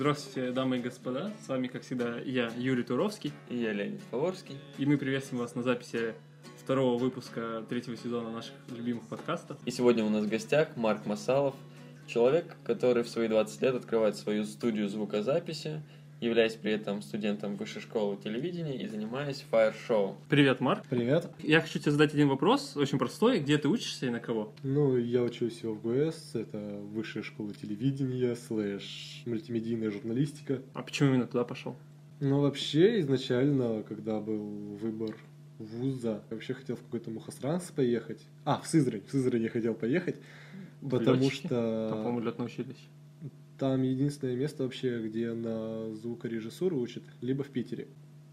Здравствуйте, дамы и господа, с вами, как всегда, я, Юрий Туровский. И я, Леонид Фаворский. И мы приветствуем вас на записи второго выпуска третьего сезона наших любимых подкастов. И сегодня у нас в гостях Марк Масалов, человек, который в свои 20 лет открывает свою студию звукозаписи, являясь при этом студентом высшей школы телевидения и занимаясь фаер-шоу. Привет, Марк. Привет. Я хочу тебе задать один вопрос, очень простой. Где ты учишься и на кого? Я учусь в ОФГС, это высшая школа телевидения, /мультимедийная журналистика. А почему именно туда пошел? Вообще, изначально, когда был выбор вуза, я вообще хотел в какой-то Мухосранск поехать. В Сызрань я хотел поехать, потому Лётчики? что... Там, по-моему, лётное училище. Там единственное место вообще, где на звукорежиссуру учат, либо в Питере.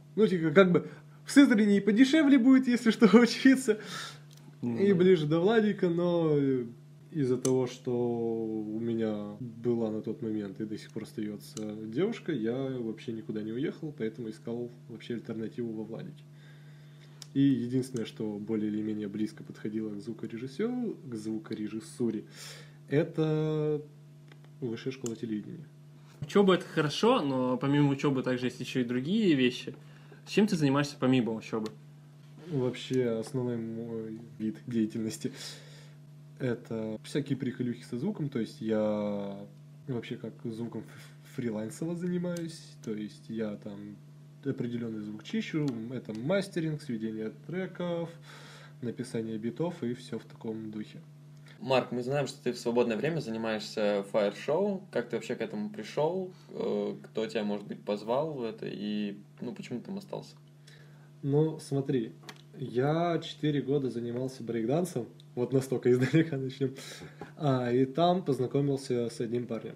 В Сызрани и подешевле будет, если что, учиться. И ближе до Владика, но из-за того, что у меня была на тот момент и до сих пор остается девушка, я вообще никуда не уехал, поэтому искал вообще альтернативу во Владике. И единственное, что более или менее близко подходило к звукорежиссуре, это высшая школа телевидения. Учеба — это хорошо, но помимо учебы также есть еще и другие вещи. Чем ты занимаешься помимо учебы? Вообще основной мой вид деятельности — это всякие приколюхи со звуком, то есть я вообще как звуком фрилансово занимаюсь, то есть я там определенный звук чищу, это мастеринг, сведение треков, написание битов и все в таком духе. Марк, мы знаем, что ты в свободное время занимаешься фаер-шоу. Как ты вообще к этому пришел? Кто тебя, может быть, позвал в это? И почему ты там остался? Смотри, я 4 года занимался брейкдансом, вот настолько издалека начнем, и там познакомился с одним парнем.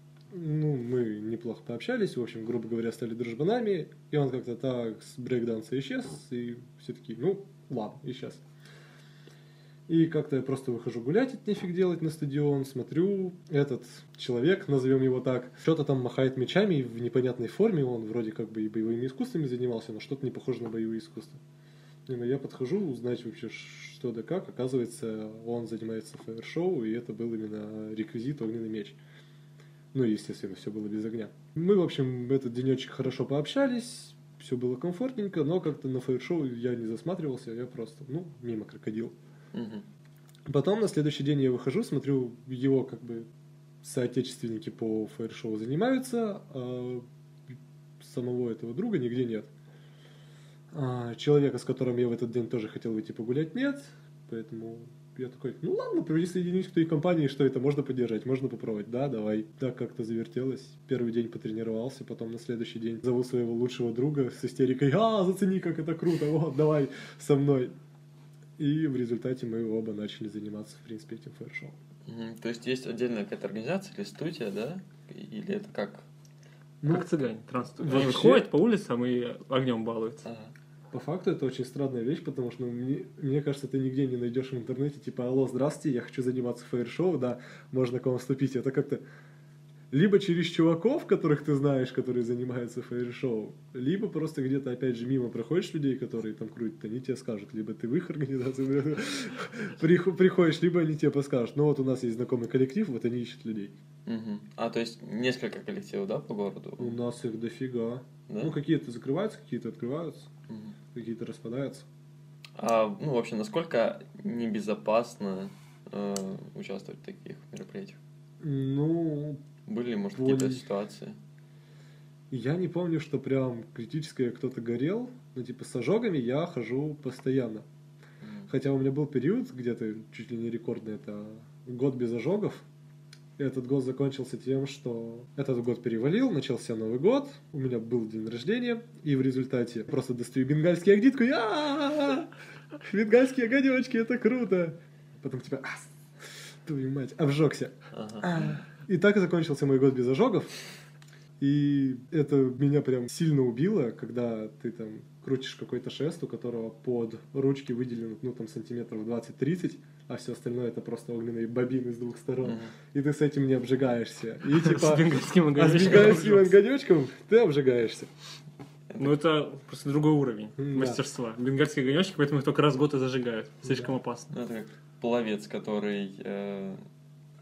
Мы неплохо пообщались, в общем, грубо говоря, стали дружбанами, и он как-то так с брейкданса исчез, и все такие, ладно, исчез. И как-то я просто выхожу гулять, это нефиг делать на стадион, смотрю, этот человек, назовем его так, что-то там махает мечами в непонятной форме, он вроде как бы и боевыми искусствами занимался, но что-то не похоже на боевые искусства. Я подхожу узнать вообще, что да как, оказывается, он занимается фаер-шоу, и это был именно реквизит огненный меч. Естественно, все было без огня. Мы, в общем, этот денечек хорошо пообщались, все было комфортненько, но как-то на фаер-шоу я не засматривался, я просто, мимо крокодил. Угу. Потом на следующий день я выхожу, смотрю, его как бы соотечественники по фаер-шоу занимаются, а самого этого друга нигде нет. Человека, с которым я в этот день тоже хотел выйти погулять, нет, поэтому я такой, ладно, присоединюсь к той компании, что это, можно поддержать, можно попробовать, да, давай. Так как-то завертелось, первый день потренировался, потом на следующий день зову своего лучшего друга с истерикой, зацени, как это круто, вот, давай со мной. И в результате мы оба начали заниматься, в принципе, этим фаер-шоу. То есть отдельная какая-то организация или студия, да? Или это как? Как цыгане, транспорт. Вообще... Они ходят по улицам и огнем балуются. Ага. По факту это очень странная вещь, потому что мне кажется, ты нигде не найдешь в интернете, типа, алло, здравствуйте, я хочу заниматься фаер-шоу, да, можно к вам вступить. Это как-то либо через чуваков, которых ты знаешь, которые занимаются фаер-шоу, либо просто где-то, опять же, мимо проходишь людей, которые там крутят, они тебе скажут, либо ты в их организацию приходишь, либо они тебе подскажут. У нас есть знакомый коллектив, вот они ищут людей. Угу. То есть несколько коллективов, да, по городу? У нас их дофига. Да? Какие-то закрываются, какие-то открываются, какие-то распадаются. Вообще, насколько небезопасно участвовать в таких мероприятиях? Были ли, может, какие-то ситуации? Я не помню, что прям критическое кто-то горел, с ожогами я хожу постоянно. Хотя у меня был период, где-то чуть ли не рекордный, это год без ожогов. Этот год закончился тем, что этот год перевалил, начался Новый год, у меня был день рождения, и в результате просто достаю бенгальский огнитку, и бенгальские огонечки, это круто! Потом твою мать, обжегся. Ага. И так и закончился мой год без ожогов. И это меня прям сильно убило, когда ты там крутишь какой-то шест, у которого под ручки выделено, сантиметров 20-30, а все остальное это просто огненные бобины с двух сторон. И ты с этим не обжигаешься. И С бенгальским огонечком ты обжигаешься. Это просто другой уровень мастерства. Бенгальские огонечки, поэтому их только раз в год и зажигают. Слишком опасно. Это как пловец, который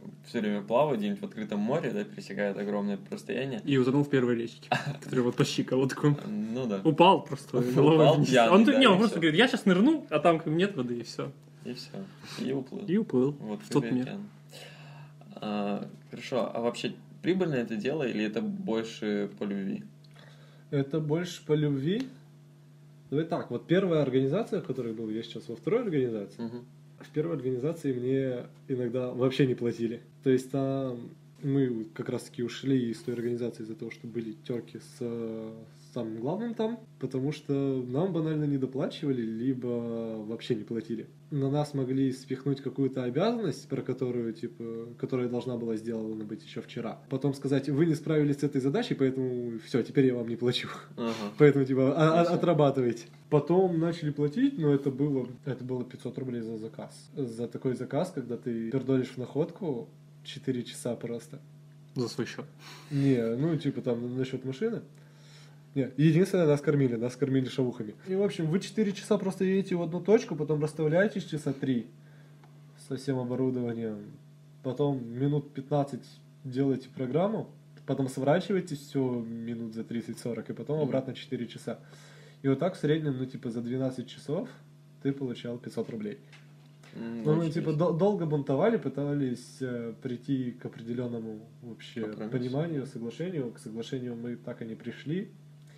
все время плавают где-нибудь в открытом море, да, пересекают огромное расстояние. И утонул в первой речке, которая вот по щиколотку. Ну да. Упал просто головой Упал вниз. пьяный, Он да, не, и он просто всё. говорит, я сейчас нырну, а там нет воды, и все. И все. И уплыл. И уплыл Вот в тот тебе мир. океан. Хорошо, а вообще прибыльно это дело или это больше по любви? Это больше по любви. Давай так, вот первая организация, в которой был, я сейчас во второй организации. Мгм. В первой организации мне иногда вообще не платили. То есть там мы как раз таки ушли из той организации из-за того, что были терки с самым главным там, потому что нам банально не доплачивали, либо вообще не платили. На нас могли спихнуть какую-то обязанность, про которую, типа, которая должна была сделана быть еще вчера. Потом сказать, вы не справились с этой задачей, поэтому все, теперь я вам не плачу. Ага. Поэтому, типа, Хорошо. отрабатывайте. Потом начали платить, но это было 500 рублей за заказ. За такой заказ, когда ты пердолишь в находку 4 часа просто. За свой счет. Не, ну, типа, там, насчет машины. Не, единственное, нас кормили шавухами. И, в общем, вы 4 часа просто едете в одну точку, потом расставляетесь часа 3 со всем оборудованием, потом минут 15 делаете программу, потом сворачиваетесь все минут за 30-40, и потом обратно 4 часа. И вот так в среднем, ну, типа, за 12 часов ты получал 500 рублей. Ну, мы, Очень типа, весело. долго бунтовали, пытались прийти к определенному вообще Компромиссу. пониманию, соглашению. К соглашению мы так и не пришли.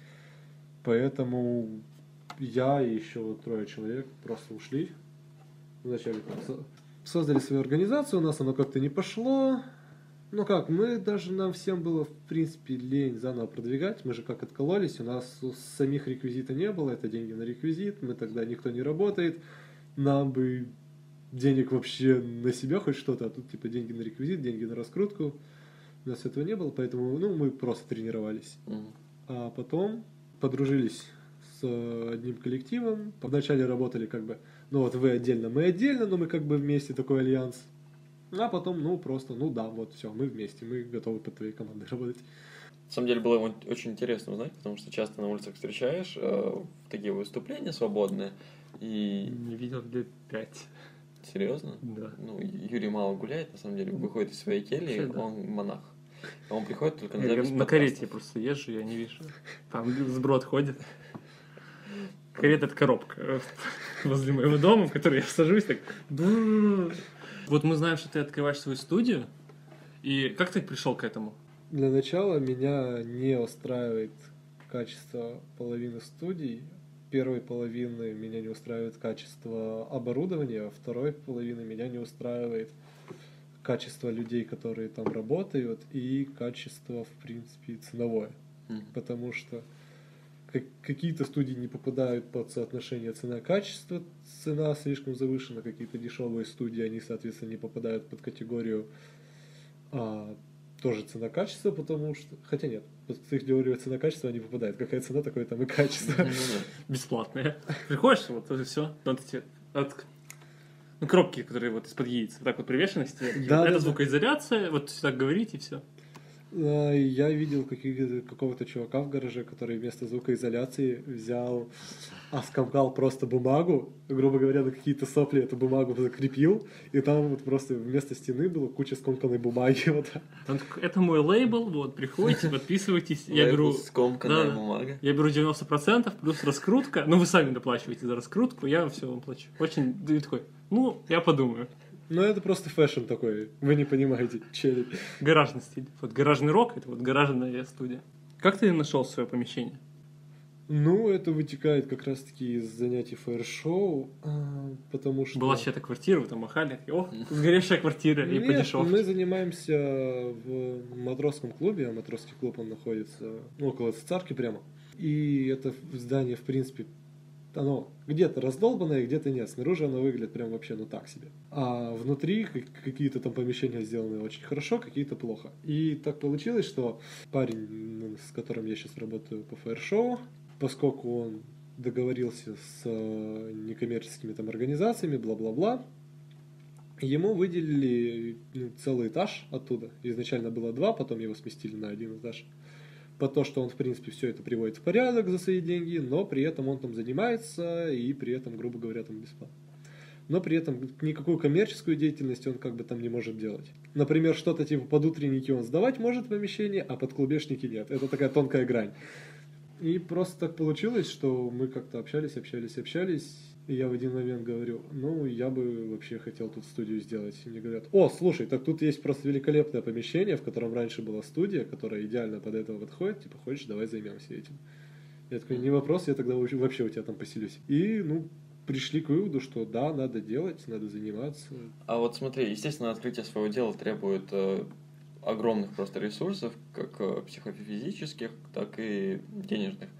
Поэтому я и еще вот 3 человек просто ушли. Вначале там создали свою организацию, у нас оно как-то не пошло. Ну как, нам всем было, в принципе, лень заново продвигать. Мы же как откололись, у нас самих реквизита не было, это деньги на реквизит, мы тогда никто не работает. Нам бы денег вообще на себя хоть что-то, а тут типа деньги на реквизит, деньги на раскрутку. У нас этого не было, поэтому мы просто тренировались. Мгм. А потом подружились с одним коллективом. Вначале работали как бы, ну вот вы отдельно, мы отдельно, но мы как бы вместе, такой альянс. А потом, просто, вот все, мы вместе, мы готовы под твоей командой работать. На самом деле было очень интересно узнать, потому что часто на улицах встречаешь такие выступления свободные. И Не видел лет 5. серьезно? Да. Ну, Юрий мало гуляет, на самом деле, выходит из своей кельи, Вообще, да. он монах. Он приходит только на Я запись на подкастов. карете просто езжу, я не вижу. Там сброд ходит. Карета — это коробка возле моего дома, в которой я сажусь так. Вот мы знаем, что ты открываешь свою студию. И как ты пришел к этому? Для начала меня не устраивает качество половины студий. Первой половины меня не устраивает качество оборудования, а второй половины меня не устраивает качество людей, которые там работают, и качество, в принципе, ценовое. Мгм. Потому что какие-то студии не попадают под соотношение цена-качество, цена слишком завышена, какие-то дешевые студии, они, соответственно, не попадают под категорию тоже цена-качество, потому что... Хотя нет, под категорию цена-качество они попадают. Какая цена, такое там и качество. Ну, да. Бесплатные. Приходишь, вот это все. Коробки, которые вот из-под яиц, вот так вот привешены к стене. Да, Это да, да. звукоизоляция, вот так говорить и все. Я видел какого-то чувака в гараже, который вместо звукоизоляции взял, скомкал просто бумагу, грубо говоря, на какие-то сопли эту бумагу закрепил, и там вот просто вместо стены было куча скомканной бумаги. Вот. Это мой лейбл, вот, приходите, подписывайтесь. Я Лейбл беру... скомканная Да. бумага. Я беру 90% плюс раскрутка. Ну, вы сами доплачиваете за раскрутку, я все вам плачу. Очень и такой, я подумаю. Но это просто фэшн такой, вы не понимаете, челик. Гаражный стиль. Вот гаражный рок, это вот гаражная студия. Как ты нашел свое помещение? Ну, это вытекает как раз-таки из занятий фаер-шоу, потому что... Была чья-то квартира, вы там махали. О, сгоревшая квартира и по Нет, дешевке. мы занимаемся в матросском клубе, а матросский клуб, он находится около царки прямо. И это здание, в принципе, оно где-то раздолбанное, где-то нет. Снаружи оно выглядит прям вообще, так себе. А внутри какие-то там помещения сделаны очень хорошо, какие-то плохо. И так получилось, что парень, с которым я сейчас работаю по фаер-шоу, поскольку он договорился с некоммерческими там организациями, бла-бла-бла, ему выделили целый этаж оттуда. Изначально было 2, потом его сместили на 1 этаж. По то, что он, в принципе, все это приводит в порядок за свои деньги, но при этом он там занимается, и при этом, грубо говоря, там бесплатно. но при этом никакую коммерческую деятельность он как бы там не может делать. Например, что-то типа под утренники он сдавать может в помещении, а под клубешники нет. Это такая тонкая грань. И просто так получилось, что мы как-то общались, и я в один момент говорю, ну, я бы вообще хотел тут студию сделать. И мне говорят, о, слушай, так тут есть просто великолепное помещение, в котором раньше была студия, которая идеально под это подходит, типа, хочешь, давай займемся этим. Я такой, не вопрос, я тогда вообще у тебя там поселюсь. И, ну, пришли к выводу, что да, надо делать, надо заниматься. А вот смотри, естественно, открытие своего дела требует огромных просто ресурсов, как психофизических, так и денежных.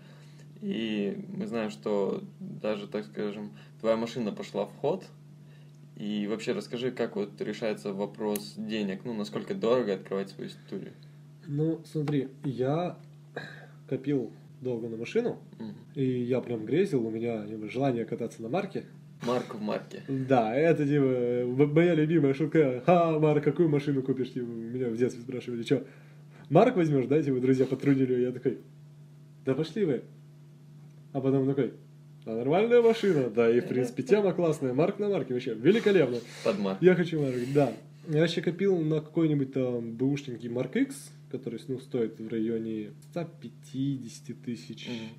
И мы знаем, что даже, так скажем, твоя машина пошла в ход. И вообще расскажи, как вот решается вопрос денег, ну, насколько дорого открывать свою студию? Ну, смотри, я копил долго на машину, Мгм. и я прям грезил, у меня желание кататься на марке. Марк в марке. Да, это типа моя любимая шутка. Ха, Марк, какую машину купишь? Типа, меня в детстве спрашивали, что, Марк возьмешь, да? Типа, друзья потрудили, я такой, да пошли вы. А потом такой, а нормальная машина, да, и в принципе тема классная, Марк на марке, вообще великолепно. Под марк. Я хочу Марк, да. Я еще копил на какой-нибудь там бэушненький Марк X, который, ну, стоит в районе 150 тысяч, Мгм.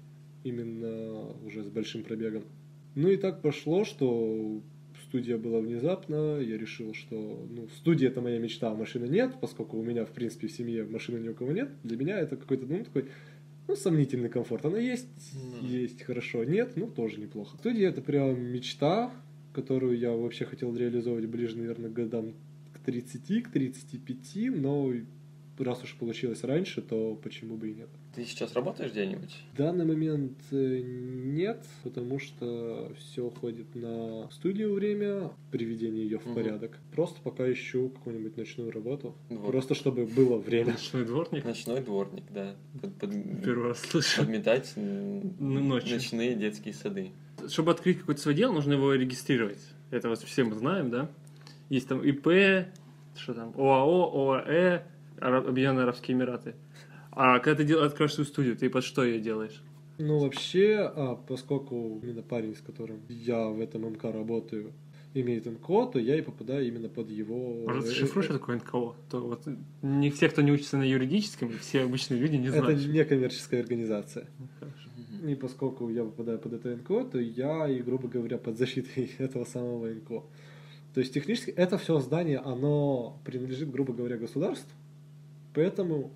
именно уже с большим пробегом. Ну и так пошло, что студия была внезапно, я решил, что, ну, студия это моя мечта, а машины нет, поскольку у меня, в принципе, в семье машины ни у кого нет, для меня это какой-то, ну, такой, ну, сомнительный комфорт. Она есть, есть хорошо, нет, ну, тоже неплохо. Студия это прям мечта, которую я вообще хотел реализовывать ближе, наверное, к годам к 30, к 35, но раз уж получилось раньше, то почему бы и нет. Ты сейчас работаешь где-нибудь? В данный момент нет, потому что все уходит на студию время, приведение ее в Мгм. порядок. Просто пока ищу какую-нибудь ночную работу. Вот. Просто чтобы было время. Ночной дворник. Ночной дворник, да. Первый раз слышу. Подметать Ночью. ночные детские сады. Чтобы открыть какое-то свое дело, нужно его регистрировать. Это вот все мы знаем, да? Есть там ИП, что там, ОАО, ОАЭ, Объединенные Арабские Эмираты. А когда ты откроешь свою студию, ты под что ее делаешь? Ну, вообще, поскольку именно парень, с которым я в этом МК работаю, имеет НКО, то я и попадаю именно под его... Может, зашифруешь, что такое НКО? То вот не все, кто не учится на юридическом, все обычные люди не Это знают. не коммерческая организация. Хорошо. Мгм. И поскольку я попадаю под это НКО, то я и, грубо говоря, под защитой этого самого НКО. То есть технически это все здание, оно принадлежит, грубо говоря, государству, поэтому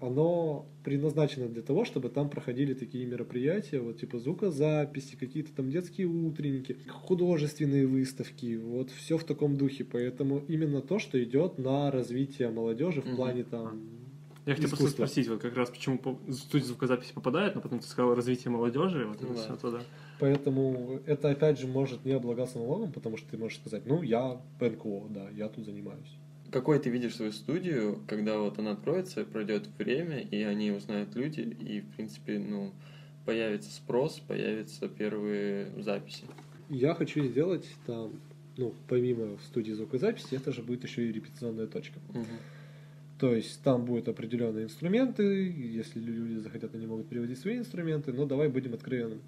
оно предназначено для того, чтобы там проходили такие мероприятия, вот типа звукозаписи, какие-то там детские утренники, художественные выставки, вот все в таком духе. Поэтому именно то, что идет на развитие молодежи в Мгм. плане там Я хотел просто искусства. спросить, вот как раз почему студия звукозаписи попадает, но потом ты сказал развитие молодежи, вот Ну это да. все туда. Поэтому это опять же может не облагаться налогом, потому что ты можешь сказать, ну я НКО, да, я тут занимаюсь. Какой ты видишь свою студию, когда вот она откроется, пройдет время, и они узнают люди, и, в принципе, ну, появится спрос, появятся первые записи? Я хочу сделать там, ну, помимо студии звукозаписи, это же будет еще и репетиционная точка. Мгм. То есть там будут определенные инструменты, если люди захотят, они могут приводить свои инструменты, но давай будем откровенными.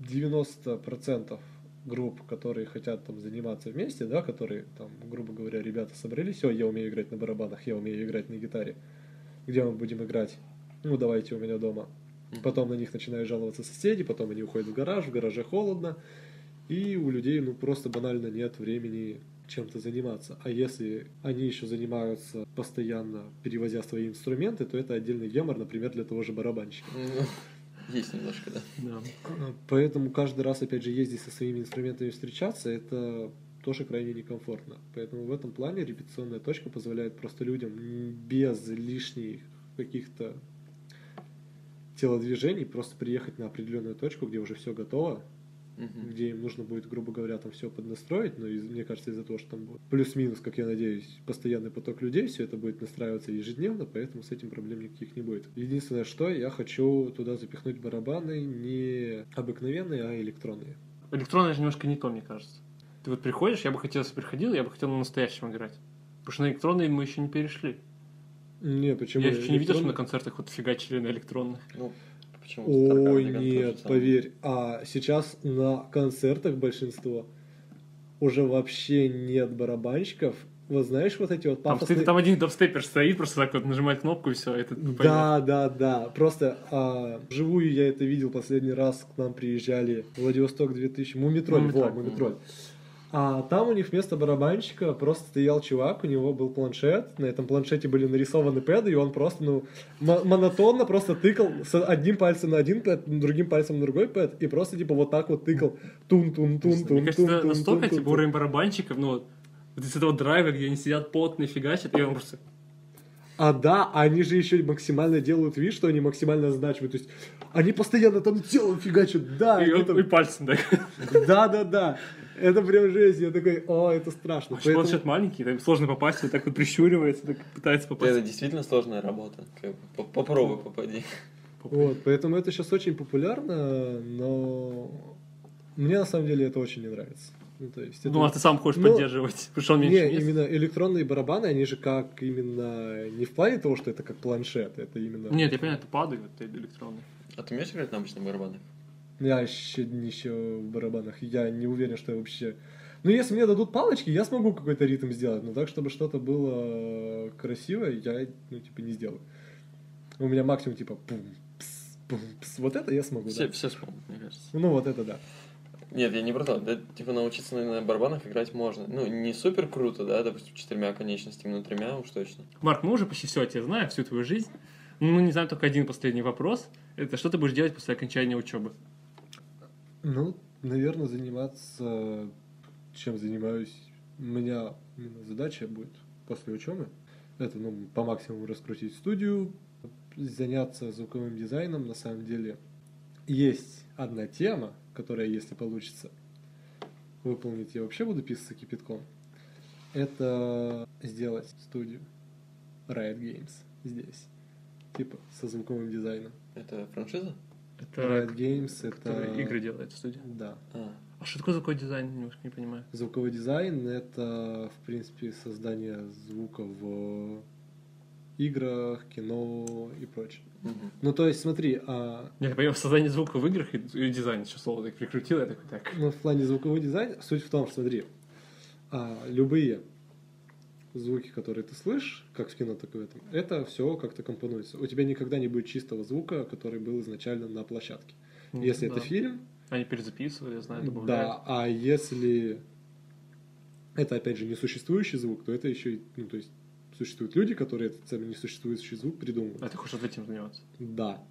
90% групп, которые хотят там заниматься вместе, да, которые там, грубо говоря, ребята собрались, я умею играть на барабанах, я умею играть на гитаре, где мы будем играть? Ну, давайте у меня дома. Мгм. Потом на них начинают жаловаться соседи, потом они уходят в гараже холодно, и у людей, ну, просто банально нет времени чем-то заниматься. А если они еще занимаются постоянно, перевозя свои инструменты, то это отдельный гемор, например, для того же барабанщика. Ну, есть немножко, да. Да. Поэтому каждый раз, опять же, ездить со своими инструментами встречаться, это тоже крайне некомфортно. Поэтому в этом плане репетиционная точка позволяет просто людям без лишних каких-то телодвижений просто приехать на определенную точку, где уже все готово, Мгм. где им нужно будет, грубо говоря, там все поднастроить, но мне кажется, из-за того, что там будет плюс-минус, как я надеюсь, постоянный поток людей, все это будет настраиваться ежедневно, поэтому с этим проблем никаких не будет. Единственное, что я хочу туда запихнуть барабаны не обыкновенные, а электронные. Электронное же немножко не то, мне кажется. Ты вот приходишь, я бы хотел, если приходил, я бы хотел на настоящем играть. Потому что на электронные мы еще не перешли. Не, почему? Я еще не видел, что на Электронные? концертах вот фигачили на электронных. Ну, почему? Ой, Таркан, нет, тоже самое. поверь. А сейчас на концертах большинство уже вообще нет барабанщиков. Вот знаешь, вот эти вот пафосные... Там один дабстепер стоит, просто так вот нажимает кнопку и все, это Да. Просто вживую я это видел последний раз, к нам приезжали Владивосток 2000, Мумитроль. А там у них вместо барабанщика просто стоял чувак, у него был планшет, на этом планшете были нарисованы пэды, и он просто, монотонно просто тыкал с одним пальцем на один пэд, другим пальцем на другой пэд, и просто типа вот так вот тыкал тун-тун-тун-тун. Мне кажется, это настолько типа уровень барабанщиков, вот из этого драйва, где они сидят потные, фигачат, и он просто... Они же еще максимально делают вид, что они максимально означивают. То есть они постоянно там телом фигачат, И пальцем, да. Да. Это прям жесть. Я такой, это страшно. Планшет маленький, там сложно попасть, вот так вот прищуривается, так пытается попасть. Это действительно сложная работа. Попробуй попади. Вот, поэтому это сейчас очень популярно, но мне на самом деле это очень не нравится. То есть а ты сам хочешь поддерживать, потому что он меньше места. Именно электронные барабаны, они же как именно не в плане того, что это как планшет, это именно... Нет, я понимаю, это падают, это электронные. А ты умеешь играть на обычных барабанах? Я еще в барабанах, я не уверен, что я вообще... Если мне дадут палочки, я смогу какой-то ритм сделать, но так, чтобы что-то было красивое, я, не сделаю. У меня максимум пум-пс. Вот это я смогу, Все смогут, мне кажется. Вот это да. Нет, я не про то. Да, научиться на барабанах играть можно. Не супер круто, да, допустим, 4 конечностями, но 3 уж точно. Марк, мы уже почти все о тебе знаем, всю твою жизнь. Мы не знаем только один последний вопрос. Это что ты будешь делать после окончания учебы? Наверное, заниматься, чем занимаюсь. У меня задача будет после учебы. Это, по максимуму раскрутить студию, заняться звуковым дизайном. На самом деле, есть одна тема, которая, если получится выполнить, я вообще буду писаться кипятком. Это сделать студию Riot Games здесь. Со звуковым дизайном. Это франшиза? Это Riot Games, это... игры делает студия? Да. А что такое звуковой дизайн? Немножко не понимаю. Звуковой дизайн — это, в принципе, создание звука в играх, кино и прочее. То есть, смотри... Я понимаю, создание звука в играх и дизайн, еще слово так прикрутил, я такой, так. В плане звуковой дизайн, суть в том, что, смотри, любые звуки, которые ты слышишь, как в кино, так и в этом, это все как-то компонуется. У тебя никогда не будет чистого звука, который был изначально на площадке. Если это фильм... Они перезаписывают, я знаю, добавляют. Да, а если это, опять же, несуществующий звук, то это еще и... то есть, существуют люди, которые этот самый несуществующий звук придумывают. А ты хочешь этим заниматься? Да.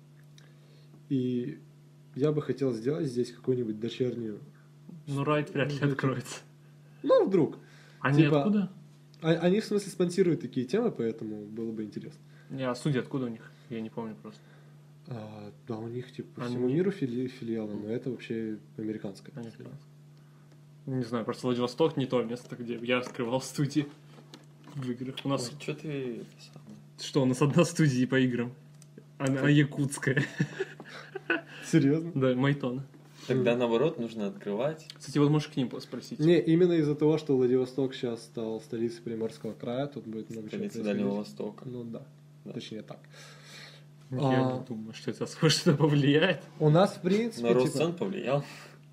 И я бы хотел сделать здесь какую-нибудь дочернюю... Райт вряд ли откроется. Вдруг. Они откуда? Они, в смысле, спонсируют такие темы, поэтому было бы интересно. А студия откуда у них? Я не помню просто. Да, у них, по всему миру филиалы, но это вообще американская. Не знаю, просто Владивосток не то место, где я открывал студии в играх. У нас... Что ты... Что, у нас одна студия по играм. Она якутская. Серьезно? Да, Майтон. Тогда, наоборот, нужно открывать. Кстати, вот можешь к ним спросить. Не, именно из-за того, что Владивосток сейчас стал столицей Приморского края, тут будет много чего происходить. Дальнего Востока. Да. Точнее так. Я не думаю, что это что-то повлияет. У нас, в принципе... На рост цен повлиял.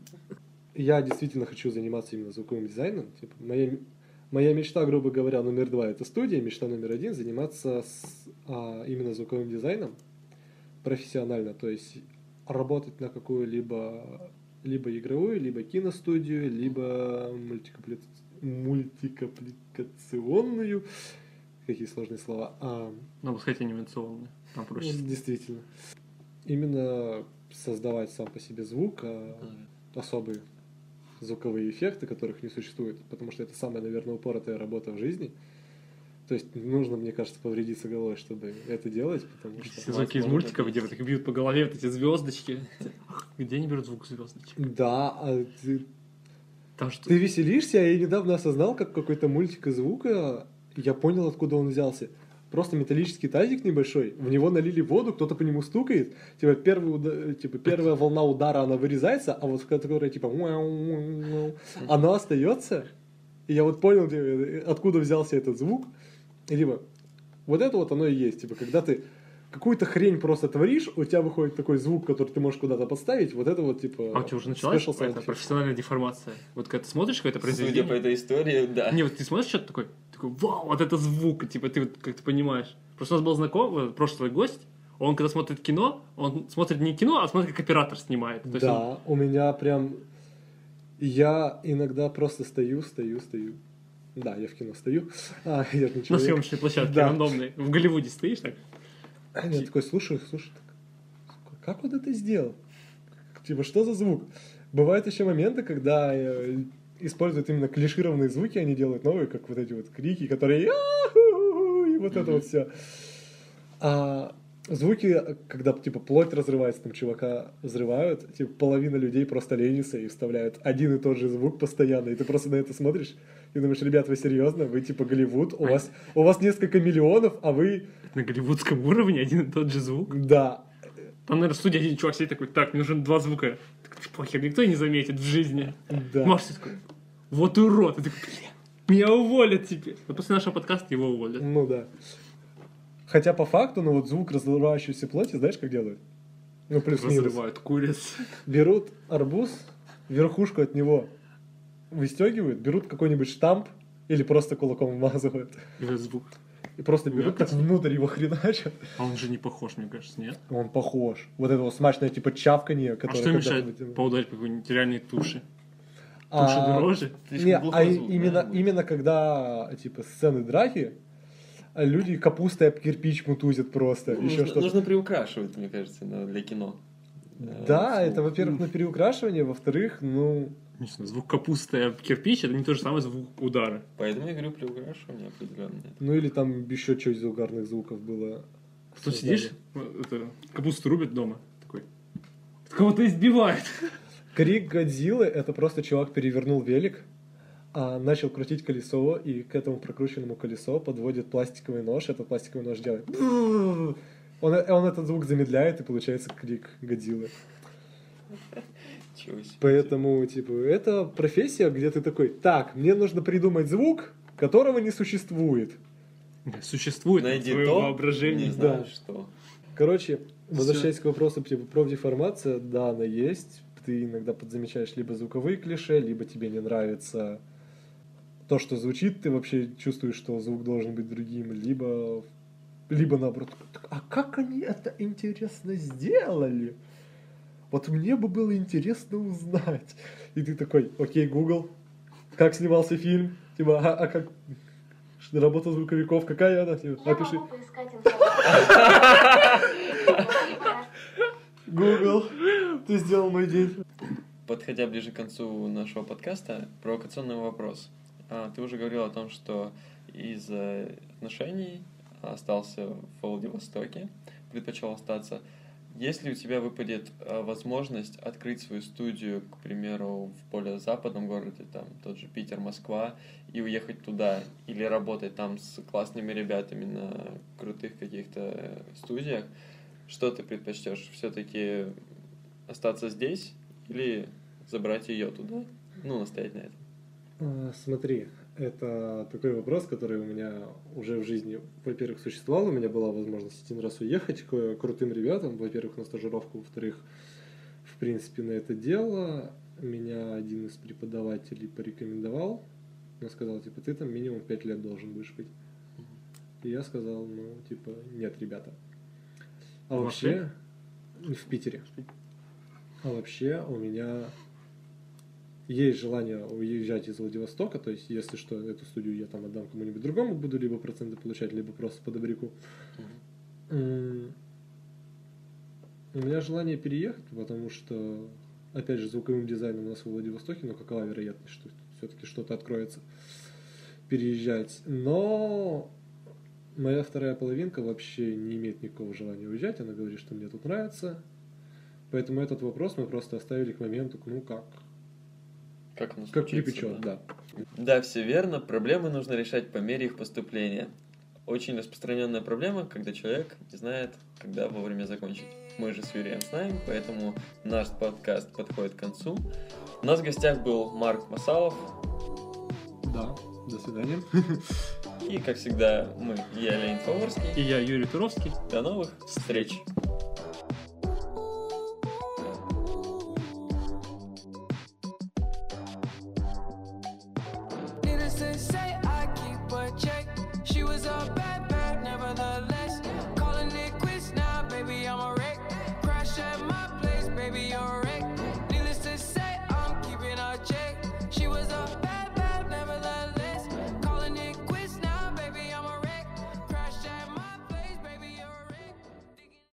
Я действительно хочу заниматься именно звуковым дизайном. Моя мечта, грубо говоря, номер 2 — это студия. Мечта номер 1 — заниматься именно звуковым дизайном профессионально. То есть работать на какую-либо либо игровую, либо киностудию, либо мультипликационную. Какие сложные слова. Надо сказать анимационные. Там проще. Действительно. Именно создавать сам по себе звук, особые звуковые эффекты, которых не существует, потому что это самая, наверное, упоротая работа в жизни. То есть нужно, мне кажется, повредиться головой, чтобы это делать, потому что... Все звуки из мультиков, где вот так бьют по голове вот эти звездочки. Где они берут звук звездочек? Да, Там что? Ты веселишься, я недавно осознал, как какой-то мультик из звука, я понял, откуда он взялся. Просто металлический тазик небольшой, в него налили воду, кто-то по нему стукает, первая волна удара, она вырезается, а вот которая она остается. И я вот понял, откуда взялся этот звук. Либо вот это вот оно и есть, когда ты какую-то хрень просто творишь, у тебя выходит такой звук, который ты можешь куда-то подставить, вот это вот типа... А у тебя уже началась special sound это effect. профессиональная деформация? Вот когда ты смотришь какое-то Судя произведение... по этой истории, да. Не, вот ты смотришь что-то такой, вау, вот это звук, типа ты вот как-то понимаешь. Просто у нас был знакомый, прошлый гость, он когда смотрит кино, он смотрит не кино, а смотрит, как оператор снимает. То есть он- Да, у меня прям... Я иногда просто стою. Да, я в кино стою. Я же не на человек. съемочной площадке Да. рандомной. В Голливуде стоишь так? Я такой слушаю, так, как он это сделал? Типа, что за звук? Бывают еще моменты, когда используют именно клишированные звуки, они делают новые, как вот эти вот крики, которые «Я-ху-ху-ху», и вот это вот все. А звуки, когда типа плоть разрывается, там чувака взрывают, типа половина людей просто ленится и вставляют один и тот же звук постоянно, и ты просто на это смотришь и думаешь, ребят, вы серьезно? Вы типа Голливуд, у вас несколько миллионов, а вы... На голливудском уровне один и тот же звук. Да. Там, наверное, в студии один чувак сидит такой, так, мне нужен 2 звука. Так, похер, никто и не заметит в жизни. Да. Маша такой, вот урод. И такой, бля, меня уволят теперь. Вот после нашего подкаста его уволят. Ну да. Хотя по факту, ну вот звук разрывающейся плоти, знаешь, как делают? Ну, плюс-минус. Разрывают куриц. Берут арбуз, верхушку от него выстегивают, берут какой-нибудь штамп или просто кулаком вмазывают. И этот звук. И просто берут так внутрь его хреначат. А он же не похож, мне кажется, нет? Он похож. Вот это вот смачное типа чавканье, А которое... что когда-то мешает вытянули. поударить по какой-нибудь реальной туши? Туши А, дороже? Слишком Не, глухой звук, именно, наверное, именно когда типа сцены драки, люди капустой об кирпич мутузят просто. будет. еще Нужно, что-то. нужно приукрашивать, мне кажется, для кино. Да, Звук. это, во-первых, на переукрашивание, во-вторых, ну... Не знаю, звук капусты об кирпич, это не то же самое звук удара. Поэтому я говорю приукрашивание определенное. Ну или там еще что из угарных звуков было. Тут Создали. сидишь, это, капусту рубят дома, такой, кого-то избивает. Крик Годзиллы — это просто чувак перевернул велик, начал крутить колесо, и к этому прокрученному колесу подводит пластиковый нож, этот пластиковый нож делает... Он этот звук замедляет, и получается крик Годзиллы. Чего себе. Поэтому, типа, это профессия, где ты такой, так, мне нужно придумать звук, которого не существует. Существует Найди твое то, воображение. не знаю, Да. что. Короче, возвращаясь к вопросу, типа, профдеформация, да, она есть. Ты иногда подзамечаешь либо звуковые клише, либо тебе не нравится то, что звучит, ты вообще чувствуешь, что звук должен быть другим, либо наоборот, а как они это интересно сделали? Вот мне бы было интересно узнать. И ты такой, окей, Google, как снимался фильм? Типа, а как работа звуковиков, какая она? Типа, Я опиши. могу поискать информацию. Google, ты сделал мой день. Подходя ближе к концу нашего подкаста, провокационный вопрос. Ты уже говорил о том, что из отношений остался в Владивостоке, предпочел остаться. Если у тебя выпадет возможность открыть свою студию, к примеру, в более западном городе, там тот же Питер, Москва, и уехать туда, или работать там с классными ребятами на крутых каких-то студиях, что ты предпочтешь? Все-таки остаться здесь или забрать ее туда? Ну, настоять на этом. Смотри, это такой вопрос, который у меня уже в жизни, во-первых, существовал. У меня была возможность один раз уехать к крутым ребятам. Во-первых, на стажировку. Во-вторых, в принципе, на это дело. Меня один из преподавателей порекомендовал. Он сказал, типа, ты там минимум 5 лет должен будешь быть. И я сказал, ну, типа, нет, ребята. А В вообще... В Питере. А вообще у меня... Есть желание уезжать из Владивостока, то есть, если что, эту студию я там отдам кому-нибудь другому, буду либо проценты получать, либо просто по добряку. У меня желание переехать, потому что, опять же, звуковым дизайном у нас во Владивостоке, но какова вероятность, что все-таки что-то откроется, переезжать. Но моя вторая половинка вообще не имеет никакого желания уезжать, она говорит, что мне тут нравится. Поэтому этот вопрос мы просто оставили к моменту, ну как оно как случится, припечет, да. Да, все верно. Проблемы нужно решать по мере их поступления. Очень распространенная проблема, когда человек не знает, когда вовремя закончить. Мы же с Юрием знаем, поэтому наш подкаст подходит к концу. У нас в гостях был Марк Масалов. Да, до свидания. И, как всегда, я Леонид Фаворский. И я, Юрий Туровский. До новых встреч! Needless to say,